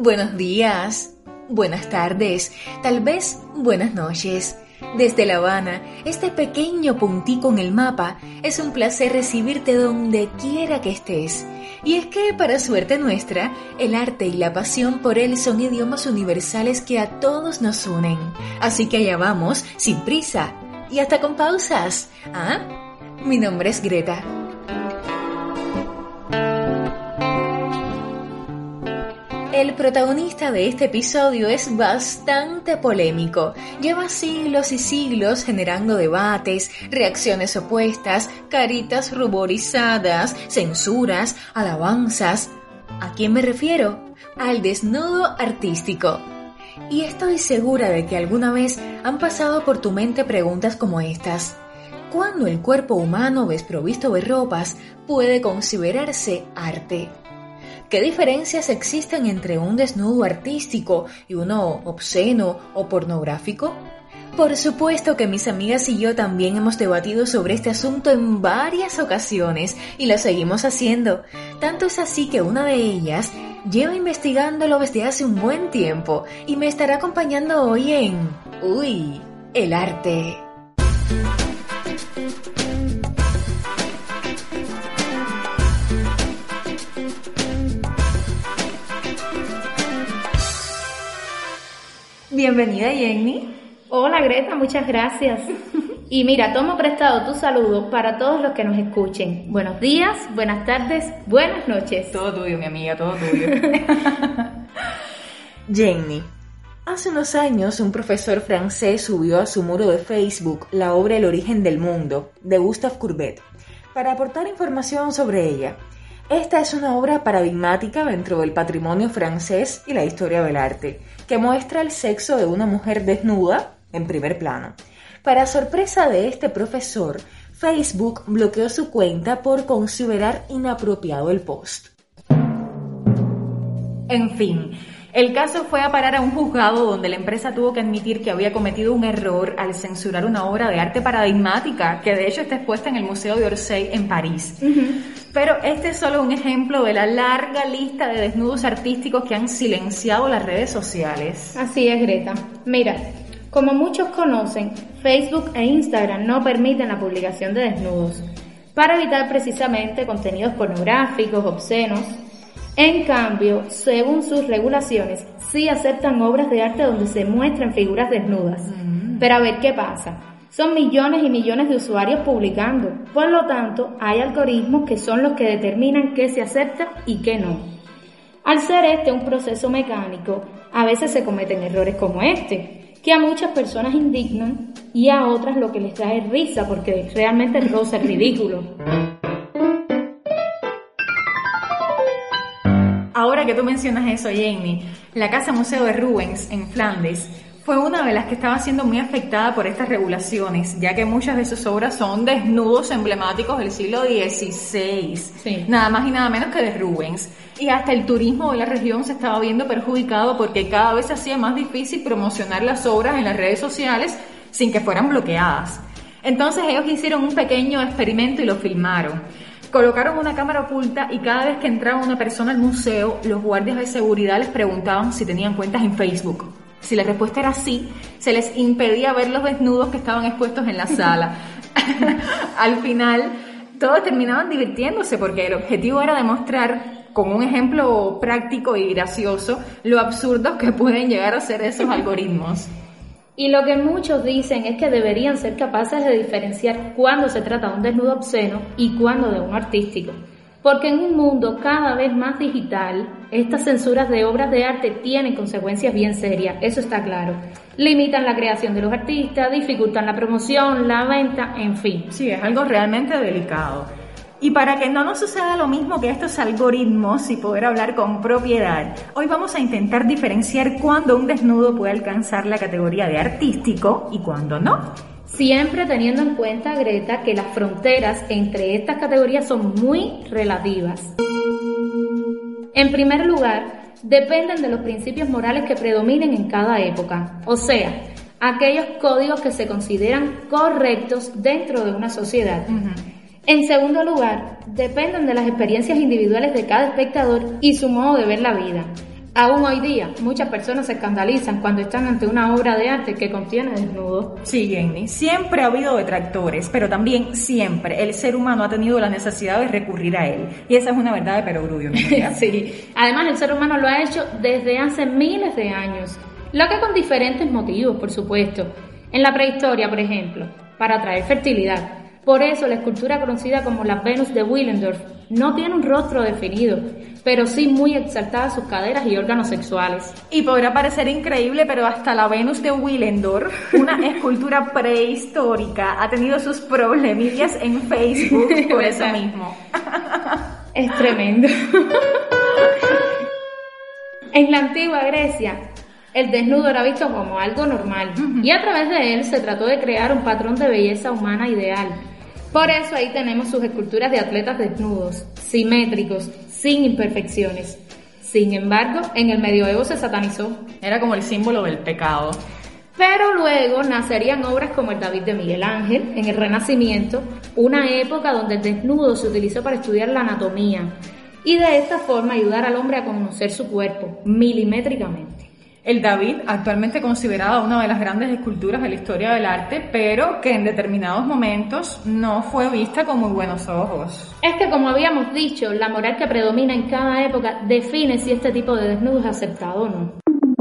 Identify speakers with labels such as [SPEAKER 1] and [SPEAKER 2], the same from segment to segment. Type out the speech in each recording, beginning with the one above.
[SPEAKER 1] Buenos días, buenas tardes, tal vez buenas noches. Desde La Habana, este pequeño puntico en el mapa, es un placer recibirte donde quiera que estés. Y es que, para suerte nuestra, el arte y la pasión por él son idiomas universales que a todos nos unen. Así que allá vamos, sin prisa y hasta con pausas. Mi nombre es Greta. El protagonista de este episodio es bastante polémico. Lleva siglos y siglos generando debates, reacciones opuestas, caritas ruborizadas, censuras, alabanzas. ¿A quién me refiero? Al desnudo artístico. Y estoy segura de que alguna vez han pasado por tu mente preguntas como estas. ¿Cuándo el cuerpo humano desprovisto de ropas puede considerarse arte? ¿Qué diferencias existen entre un desnudo artístico y uno obsceno o pornográfico? Por supuesto que mis amigas y yo también hemos debatido sobre este asunto en varias ocasiones y lo seguimos haciendo. Tanto es así que una de ellas lleva investigándolo desde hace un buen tiempo y me estará acompañando hoy en el arte. Bienvenida, Jenny.
[SPEAKER 2] Hola, Greta, muchas gracias. Y mira, tomo prestado tu saludo para todos los que nos escuchen. Buenos días, buenas tardes, buenas noches.
[SPEAKER 1] Todo tuyo, mi amiga, todo tuyo. Jenny, hace unos años un profesor francés subió a su muro de Facebook la obra El origen del mundo, de Gustave Courbet, para aportar información sobre ella. Esta es una obra paradigmática dentro del patrimonio francés y la historia del arte, que muestra el sexo de una mujer desnuda en primer plano. Para sorpresa de este profesor, Facebook bloqueó su cuenta por considerar inapropiado el post. En fin, el caso fue a parar a un juzgado donde la empresa tuvo que admitir que había cometido un error al censurar una obra de arte paradigmática, que de hecho está expuesta en el Museo d'Orsay en París. Pero este es solo un ejemplo de la larga lista de desnudos artísticos que han silenciado las redes sociales.
[SPEAKER 2] Así es, Greta. Mira, como muchos conocen, Facebook e Instagram no permiten la publicación de desnudos, para evitar precisamente contenidos pornográficos, obscenos. En cambio, según sus regulaciones, sí aceptan obras de arte donde se muestran figuras desnudas. Pero a ver qué pasa. Son millones y millones de usuarios publicando. Por lo tanto, hay algoritmos que son los que determinan qué se acepta y qué no. Al ser este un proceso mecánico, a veces se cometen errores como este, que a muchas personas indignan y a otras lo que les trae risa porque realmente roza el ridículo.
[SPEAKER 1] Ahora que tú mencionas eso, Jenny, la Casa Museo de Rubens en Flandes fue una de las que estaba siendo muy afectada por estas regulaciones, ya que muchas de sus obras son desnudos emblemáticos del siglo XVI, nada más y nada menos que de Rubens. Y hasta el turismo de la región se estaba viendo perjudicado porque cada vez se hacía más difícil promocionar las obras en las redes sociales sin que fueran bloqueadas. Entonces ellos hicieron un pequeño experimento y lo filmaron. Colocaron una cámara oculta y cada vez que entraba una persona al museo, los guardias de seguridad les preguntaban si tenían cuentas en Facebook. Si la respuesta era sí, se les impedía ver los desnudos que estaban expuestos en la sala. Al final, todos terminaban divirtiéndose porque el objetivo era demostrar, con un ejemplo práctico y gracioso, lo absurdos que pueden llegar a ser esos algoritmos.
[SPEAKER 2] Y lo que muchos dicen es que deberían ser capaces de diferenciar cuándo se trata de un desnudo obsceno y cuándo de uno artístico. Porque en un mundo cada vez más digital, estas censuras de obras de arte tienen consecuencias bien serias, eso está claro. Limitan la creación de los artistas, dificultan la promoción, la venta, en fin.
[SPEAKER 1] Sí, es algo realmente delicado. Y para que no nos suceda lo mismo que estos algoritmos y poder hablar con propiedad, hoy vamos a intentar diferenciar cuándo un desnudo puede alcanzar la categoría de artístico y cuándo no.
[SPEAKER 2] Siempre teniendo en cuenta, Greta, que las fronteras entre estas categorías son muy relativas. En primer lugar, dependen de los principios morales que predominen en cada época, o sea, aquellos códigos que se consideran correctos dentro de una sociedad. En segundo lugar, dependen de las experiencias individuales de cada espectador y su modo de ver la vida. Aún hoy día, muchas personas se escandalizan cuando están ante una obra de arte que contiene desnudos.
[SPEAKER 3] Sí, Jenny, siempre ha habido detractores, pero también siempre el ser humano ha tenido la necesidad de recurrir a él. Y esa es una verdad de perogrullo, ¿no?
[SPEAKER 2] Sí, además el ser humano lo ha hecho desde hace miles de años, lo que con diferentes motivos, por supuesto. En la prehistoria, por ejemplo, para atraer fertilidad. Por eso la escultura conocida como la Venus de Willendorf no tiene un rostro definido, pero sí muy exaltadas sus caderas y órganos sexuales.
[SPEAKER 3] Y podrá parecer increíble, pero hasta la Venus de Willendorf, una escultura prehistórica, ha tenido sus problemillas en Facebook por eso mismo.
[SPEAKER 2] Es tremendo. En la antigua Grecia, el desnudo era visto como algo normal, y a través de él se trató de crear un patrón de belleza humana ideal. Por eso ahí tenemos sus esculturas de atletas desnudos, simétricos, sin imperfecciones. Sin embargo, en el medioevo se satanizó.
[SPEAKER 3] Era como el símbolo del pecado.
[SPEAKER 2] Pero luego nacerían obras como el David de Miguel Ángel, en el Renacimiento, una época donde el desnudo se utilizó para estudiar la anatomía y de esta forma ayudar al hombre a conocer su cuerpo milimétricamente.
[SPEAKER 3] El David, actualmente considerada una de las grandes esculturas de la historia del arte, pero que en determinados momentos no fue vista con muy buenos ojos.
[SPEAKER 2] Es que, como habíamos dicho, la moral que predomina en cada época define si este tipo de desnudo es aceptado o no.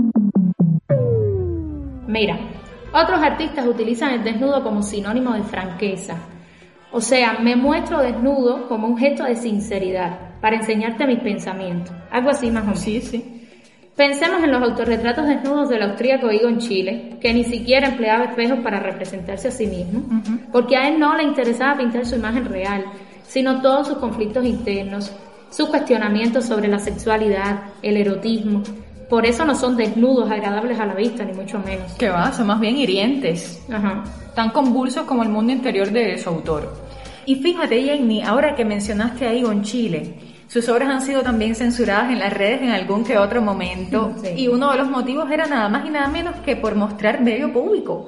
[SPEAKER 2] Mira, otros artistas utilizan el desnudo como sinónimo de franqueza. O sea, me muestro desnudo como un gesto de sinceridad, para enseñarte mis pensamientos. Algo así más o menos.
[SPEAKER 3] Sí.
[SPEAKER 2] Pensemos en los autorretratos desnudos del austríaco Egon Schiele, que ni siquiera empleaba espejos para representarse a sí mismo, porque a él no le interesaba pintar su imagen real, sino todos sus conflictos internos, sus cuestionamientos sobre la sexualidad, el erotismo. Por eso no son desnudos agradables a la vista, ni mucho menos.
[SPEAKER 3] ¿Qué va? Son más bien hirientes, tan convulsos como el mundo interior de su autor. Y fíjate, Jenny, ahora que mencionaste a Egon Schiele, sus obras han sido también censuradas en las redes en algún que otro momento, sí. Y uno de los motivos era nada más y nada menos que por mostrar vello público.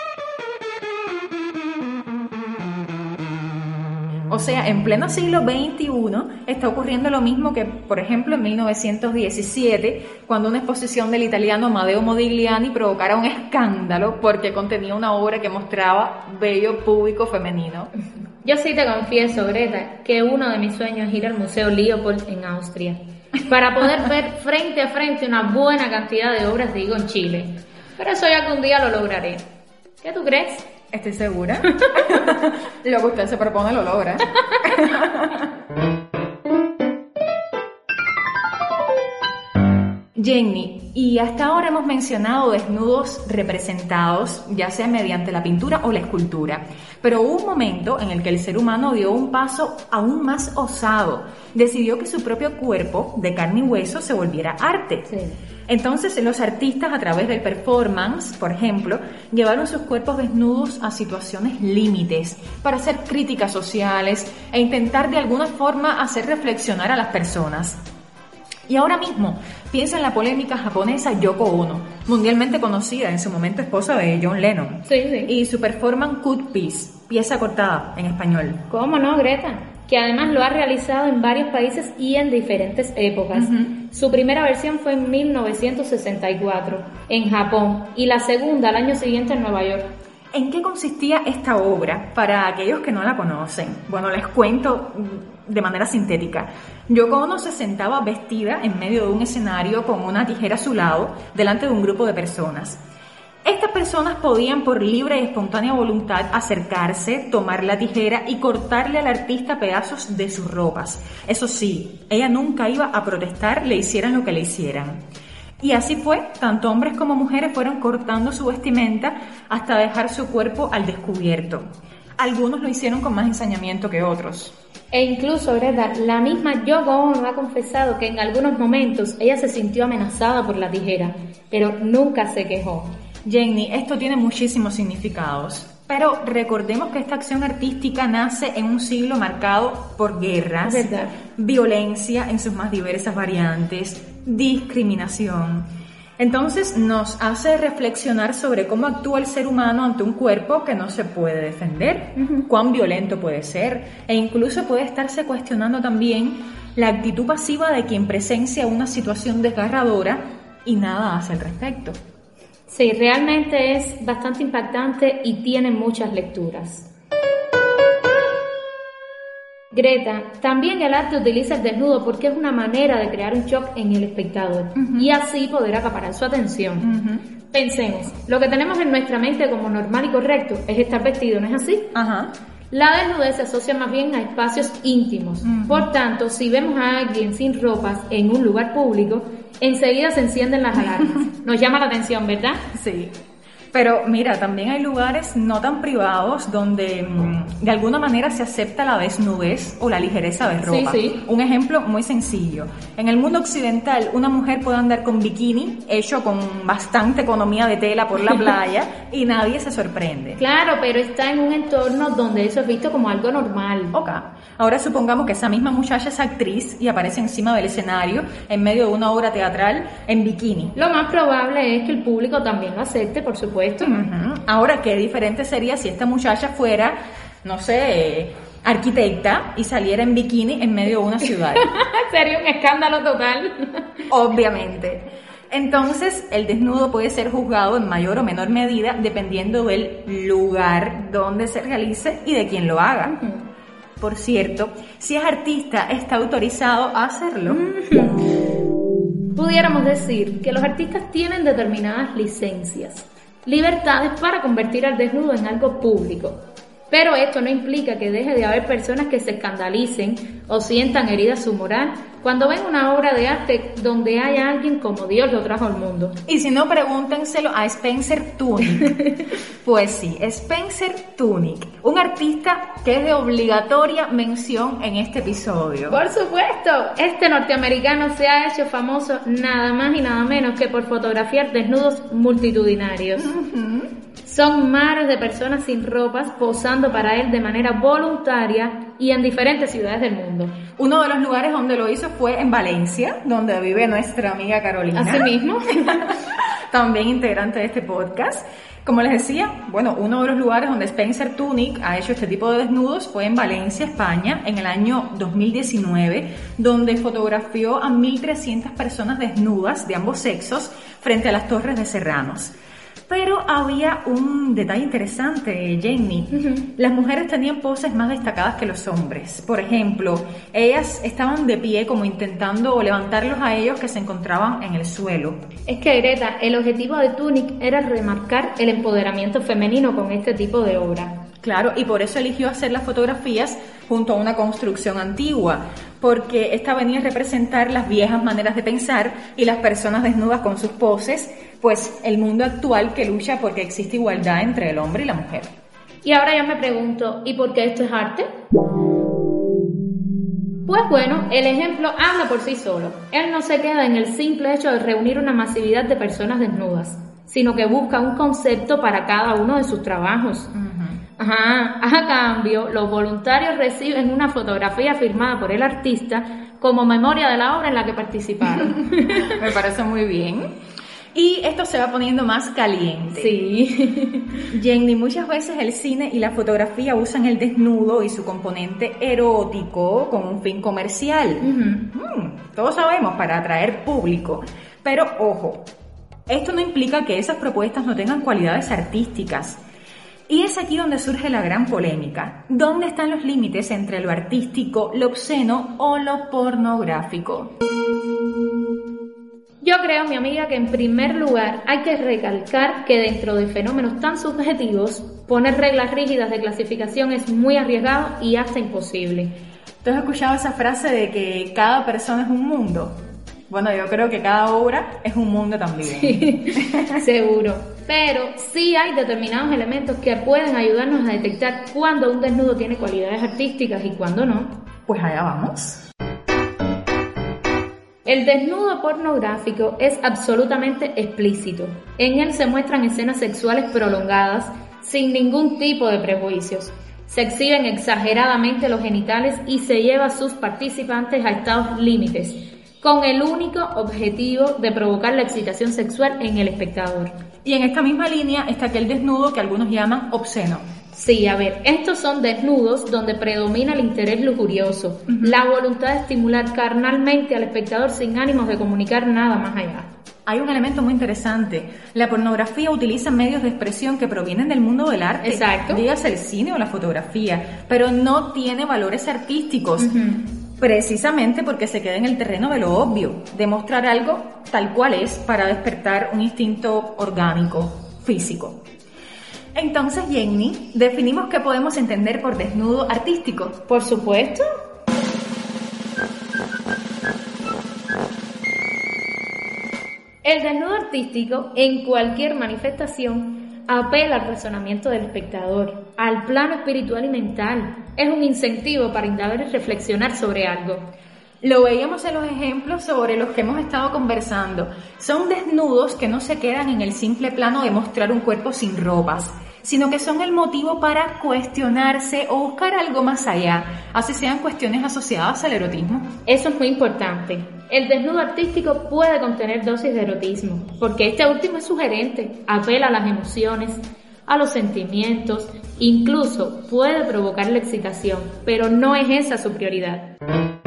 [SPEAKER 3] O sea, en pleno siglo XXI está ocurriendo lo mismo que, por ejemplo, en 1917, cuando una exposición del italiano Amadeo Modigliani provocara un escándalo porque contenía una obra que mostraba vello púbico femenino.
[SPEAKER 2] Yo sí te confieso, Greta, que uno de mis sueños es ir al Museo Leopold en Austria para poder ver frente a frente una buena cantidad de obras de Egon Schiele. Pero eso ya que un día lo lograré. ¿Qué tú crees?
[SPEAKER 3] Estoy segura. Lo que usted se propone lo logra. Jenny, y hasta ahora hemos mencionado desnudos representados, ya sea mediante la pintura o la escultura, pero hubo un momento en el que el ser humano dio un paso aún más osado, decidió que su propio cuerpo de carne y hueso se volviera arte.
[SPEAKER 2] Sí.
[SPEAKER 3] Entonces los artistas, a través del performance, por ejemplo, llevaron sus cuerpos desnudos a situaciones límites para hacer críticas sociales e intentar de alguna forma hacer reflexionar a las personas. Y ahora mismo, piensa en la polémica japonesa Yoko Ono, mundialmente conocida, en su momento esposa de John Lennon.
[SPEAKER 2] Sí.
[SPEAKER 3] Y su performance Cut Piece, pieza cortada en español.
[SPEAKER 2] ¿Cómo no, Greta? Que además lo ha realizado en varios países y en diferentes épocas. Su primera versión fue en 1964, en Japón, y la segunda al año siguiente en Nueva York.
[SPEAKER 3] ¿En qué consistía esta obra? Para aquellos que no la conocen, bueno, les cuento de manera sintética. Yoko Ono se sentaba vestida en medio de un escenario con una tijera a su lado, delante de un grupo de personas. Estas personas podían por libre y espontánea voluntad acercarse, tomar la tijera y cortarle al artista pedazos de sus ropas. Eso sí, ella nunca iba a protestar, le hicieran lo que le hicieran. Y así fue, tanto hombres como mujeres fueron cortando su vestimenta hasta dejar su cuerpo al descubierto. Algunos lo hicieron con más ensañamiento que otros.
[SPEAKER 2] E incluso, Greta, la misma Yoko Ono ha confesado que en algunos momentos ella se sintió amenazada por la tijera, pero nunca se quejó.
[SPEAKER 3] Jenny, esto tiene muchísimos significados, pero recordemos que esta acción artística nace en un siglo marcado por guerras, violencia en sus más diversas variantes, discriminación. Entonces nos hace reflexionar sobre cómo actúa el ser humano ante un cuerpo que no se puede defender, cuán violento puede ser, e incluso puede estarse cuestionando también la actitud pasiva de quien presencia una situación desgarradora y nada hace al respecto.
[SPEAKER 2] Sí, realmente es bastante impactante y tiene muchas lecturas. Greta, también el arte utiliza el desnudo porque es una manera de crear un shock en el espectador y así poder acaparar su atención. Pensemos, lo que tenemos en nuestra mente como normal y correcto es estar vestido, ¿no es así? La desnudez se asocia más bien a espacios íntimos. Por tanto, si vemos a alguien sin ropas en un lugar público, enseguida se encienden las alarmas. Nos llama la atención, ¿verdad?
[SPEAKER 3] Sí. Pero mira, también hay lugares no tan privados donde de alguna manera se acepta la desnudez o la ligereza de ropa.
[SPEAKER 2] Sí.
[SPEAKER 3] Un ejemplo muy sencillo. En el mundo occidental, una mujer puede andar con bikini hecho con bastante economía de tela por la playa y nadie se sorprende.
[SPEAKER 2] Claro, pero está en un entorno donde eso es visto como algo normal.
[SPEAKER 3] Ok. Ahora supongamos que esa misma muchacha es actriz y aparece encima del escenario en medio de una obra teatral en bikini.
[SPEAKER 2] Lo más probable es que el público también lo acepte, por supuesto.
[SPEAKER 3] Ahora, qué diferente sería si esta muchacha fuera, no sé, arquitecta y saliera en bikini en medio de una ciudad.
[SPEAKER 2] Sería un escándalo total.
[SPEAKER 3] Obviamente. Entonces, el desnudo puede ser juzgado en mayor o menor medida dependiendo del lugar donde se realice y de quién lo haga. Por cierto, si es artista, está autorizado a hacerlo.
[SPEAKER 2] Pudiéramos decir que los artistas tienen determinadas licencias, libertades para convertir al desnudo en algo público. Pero esto no implica que deje de haber personas que se escandalicen o sientan herida su moral cuando ven una obra de arte donde hay alguien como Dios lo trajo al mundo.
[SPEAKER 3] Y si no, pregúntenselo a Spencer Tunick. Pues sí, Spencer Tunick, un artista que es de obligatoria mención en este episodio.
[SPEAKER 2] Por supuesto, este norteamericano se ha hecho famoso nada más y nada menos que por fotografiar desnudos multitudinarios. Son mares de personas sin ropas posando para él de manera voluntaria y en diferentes ciudades del mundo.
[SPEAKER 3] Uno de los lugares donde lo hizo fue en Valencia, donde vive nuestra amiga Carolina.
[SPEAKER 2] Así mismo.
[SPEAKER 3] También integrante de este podcast. Como les decía, uno de los lugares donde Spencer Tunick ha hecho este tipo de desnudos fue en Valencia, España, en el año 2019, donde fotografió a 1.300 personas desnudas de ambos sexos frente a las torres de Serranos. Pero había un detalle interesante, Jamie. Las mujeres tenían poses más destacadas que los hombres. Por ejemplo, ellas estaban de pie como intentando levantarlos a ellos que se encontraban en el suelo.
[SPEAKER 2] Es que, Greta, el objetivo de Tunick era remarcar el empoderamiento femenino con este tipo de obra.
[SPEAKER 3] Claro, y por eso eligió hacer las fotografías junto a una construcción antigua, porque esta venía a representar las viejas maneras de pensar y las personas desnudas con sus poses, pues el mundo actual que lucha porque existe igualdad entre el hombre y la mujer.
[SPEAKER 2] Y ahora yo me pregunto, ¿y por qué esto es arte? Pues bueno, el ejemplo habla por sí solo. Él no se queda en el simple hecho de reunir una masividad de personas desnudas, sino que busca un concepto para cada uno de sus trabajos. A cambio, los voluntarios reciben una fotografía firmada por el artista como memoria de la obra en la que participaron.
[SPEAKER 3] Me parece muy bien. Y esto se va poniendo más caliente.
[SPEAKER 2] Sí.
[SPEAKER 3] Jenny, muchas veces el cine y la fotografía usan el desnudo y su componente erótico con un fin comercial. Todos sabemos, para atraer público. Pero ojo, esto no implica que esas propuestas no tengan cualidades artísticas. Y es aquí donde surge la gran polémica. ¿Dónde están los límites entre lo artístico, lo obsceno o lo pornográfico?
[SPEAKER 2] Yo creo, mi amiga, que en primer lugar hay que recalcar que dentro de fenómenos tan subjetivos, poner reglas rígidas de clasificación es muy arriesgado y hasta imposible.
[SPEAKER 3] ¿Tú has escuchado esa frase de que cada persona es un mundo? Bueno, yo creo que cada obra es un mundo también.
[SPEAKER 2] Sí, seguro. Pero sí hay determinados elementos que pueden ayudarnos a detectar cuándo un desnudo tiene cualidades artísticas y cuándo no.
[SPEAKER 3] Pues allá vamos.
[SPEAKER 2] El desnudo pornográfico es absolutamente explícito. En él se muestran escenas sexuales prolongadas sin ningún tipo de prejuicios. Se exhiben exageradamente los genitales y se lleva a sus participantes a estados límites, con el único objetivo de provocar la excitación sexual en el espectador.
[SPEAKER 3] Y en esta misma línea está aquel desnudo que algunos llaman obsceno.
[SPEAKER 2] Sí, a ver, estos son desnudos donde predomina el interés lujurioso, la voluntad de estimular carnalmente al espectador sin ánimos de comunicar nada más allá.
[SPEAKER 3] Hay un elemento muy interesante. La pornografía utiliza medios de expresión que provienen del mundo del arte.
[SPEAKER 2] Exacto.
[SPEAKER 3] Dígase el cine o la fotografía, pero no tiene valores artísticos. Precisamente porque se queda en el terreno de lo obvio, de mostrar algo tal cual es para despertar un instinto orgánico, físico. Entonces, Jenny, definimos qué podemos entender por desnudo artístico.
[SPEAKER 2] Por supuesto. El desnudo artístico, en cualquier manifestación, apela al razonamiento del espectador, al plano espiritual y mental. Es un incentivo para indagar y reflexionar sobre algo.
[SPEAKER 3] Lo veíamos en los ejemplos sobre los que hemos estado conversando. Son desnudos que no se quedan en el simple plano de mostrar un cuerpo sin ropas, sino que son el motivo para cuestionarse o buscar algo más allá, así sean cuestiones asociadas al erotismo.
[SPEAKER 2] Eso es muy importante. El desnudo artístico puede contener dosis de erotismo, porque este último es sugerente, apela a las emociones, a los sentimientos, incluso puede provocar la excitación, pero no es esa su prioridad.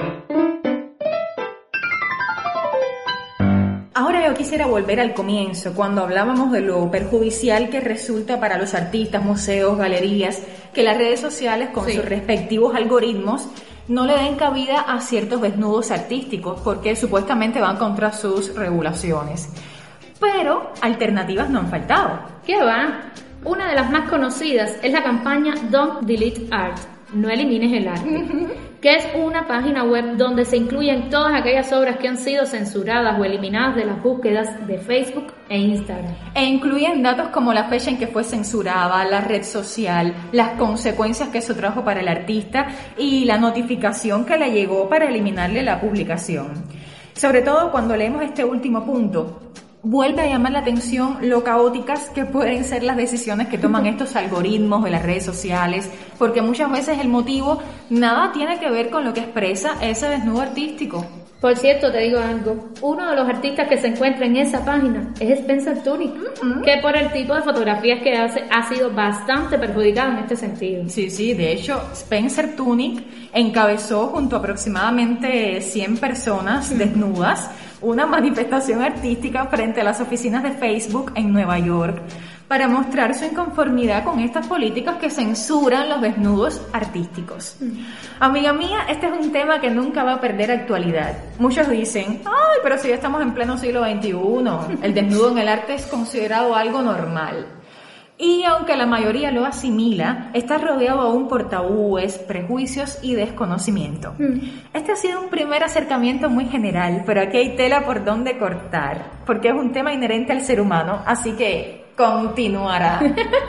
[SPEAKER 3] Ahora yo quisiera volver al comienzo, cuando hablábamos de lo perjudicial que resulta para los artistas, museos, galerías, que las redes sociales con sus respectivos algoritmos no le den cabida a ciertos desnudos artísticos, porque supuestamente van contra sus regulaciones. Pero alternativas no han faltado.
[SPEAKER 2] ¿Qué va? Una de las más conocidas es la campaña Don't Delete Art, no elimines el arte, que es una página web donde se incluyen todas aquellas obras que han sido censuradas o eliminadas de las búsquedas de Facebook e Instagram.
[SPEAKER 3] E incluyen datos como la fecha en que fue censurada, la red social, las consecuencias que eso trajo para el artista y la notificación que le llegó para eliminarle la publicación. Sobre todo cuando leemos este último punto, vuelve a llamar la atención lo caóticas que pueden ser las decisiones que toman estos algoritmos de las redes sociales, porque muchas veces el motivo nada tiene que ver con lo que expresa ese desnudo artístico.
[SPEAKER 2] Por cierto, te digo algo, uno de los artistas que se encuentra en esa página es Spencer Tunick, que por el tipo de fotografías que hace ha sido bastante perjudicado en este sentido.
[SPEAKER 3] Sí, de hecho, Spencer Tunick encabezó junto a aproximadamente 100 personas desnudas una manifestación artística frente a las oficinas de Facebook en Nueva York para mostrar su inconformidad con estas políticas que censuran los desnudos artísticos. Amiga mía, este es un tema que nunca va a perder actualidad. Muchos dicen, ay, pero si ya estamos en pleno siglo XXI, el desnudo en el arte es considerado algo normal. Y aunque la mayoría lo asimila, está rodeado aún por tabúes, prejuicios y desconocimiento. Este ha sido un primer acercamiento muy general, pero aquí hay tela por donde cortar, porque es un tema inherente al ser humano, así que continuará.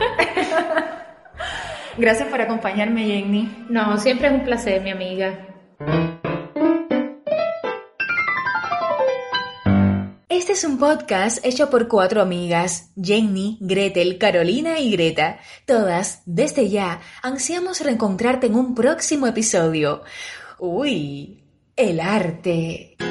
[SPEAKER 3] Gracias por acompañarme, Jenny.
[SPEAKER 2] No, siempre es un placer, mi amiga.
[SPEAKER 1] Este es un podcast hecho por 4 amigas, Jenny, Gretel, Carolina y Greta. Todas, desde ya, ansiamos reencontrarte en un próximo episodio. ¡Uy! El arte.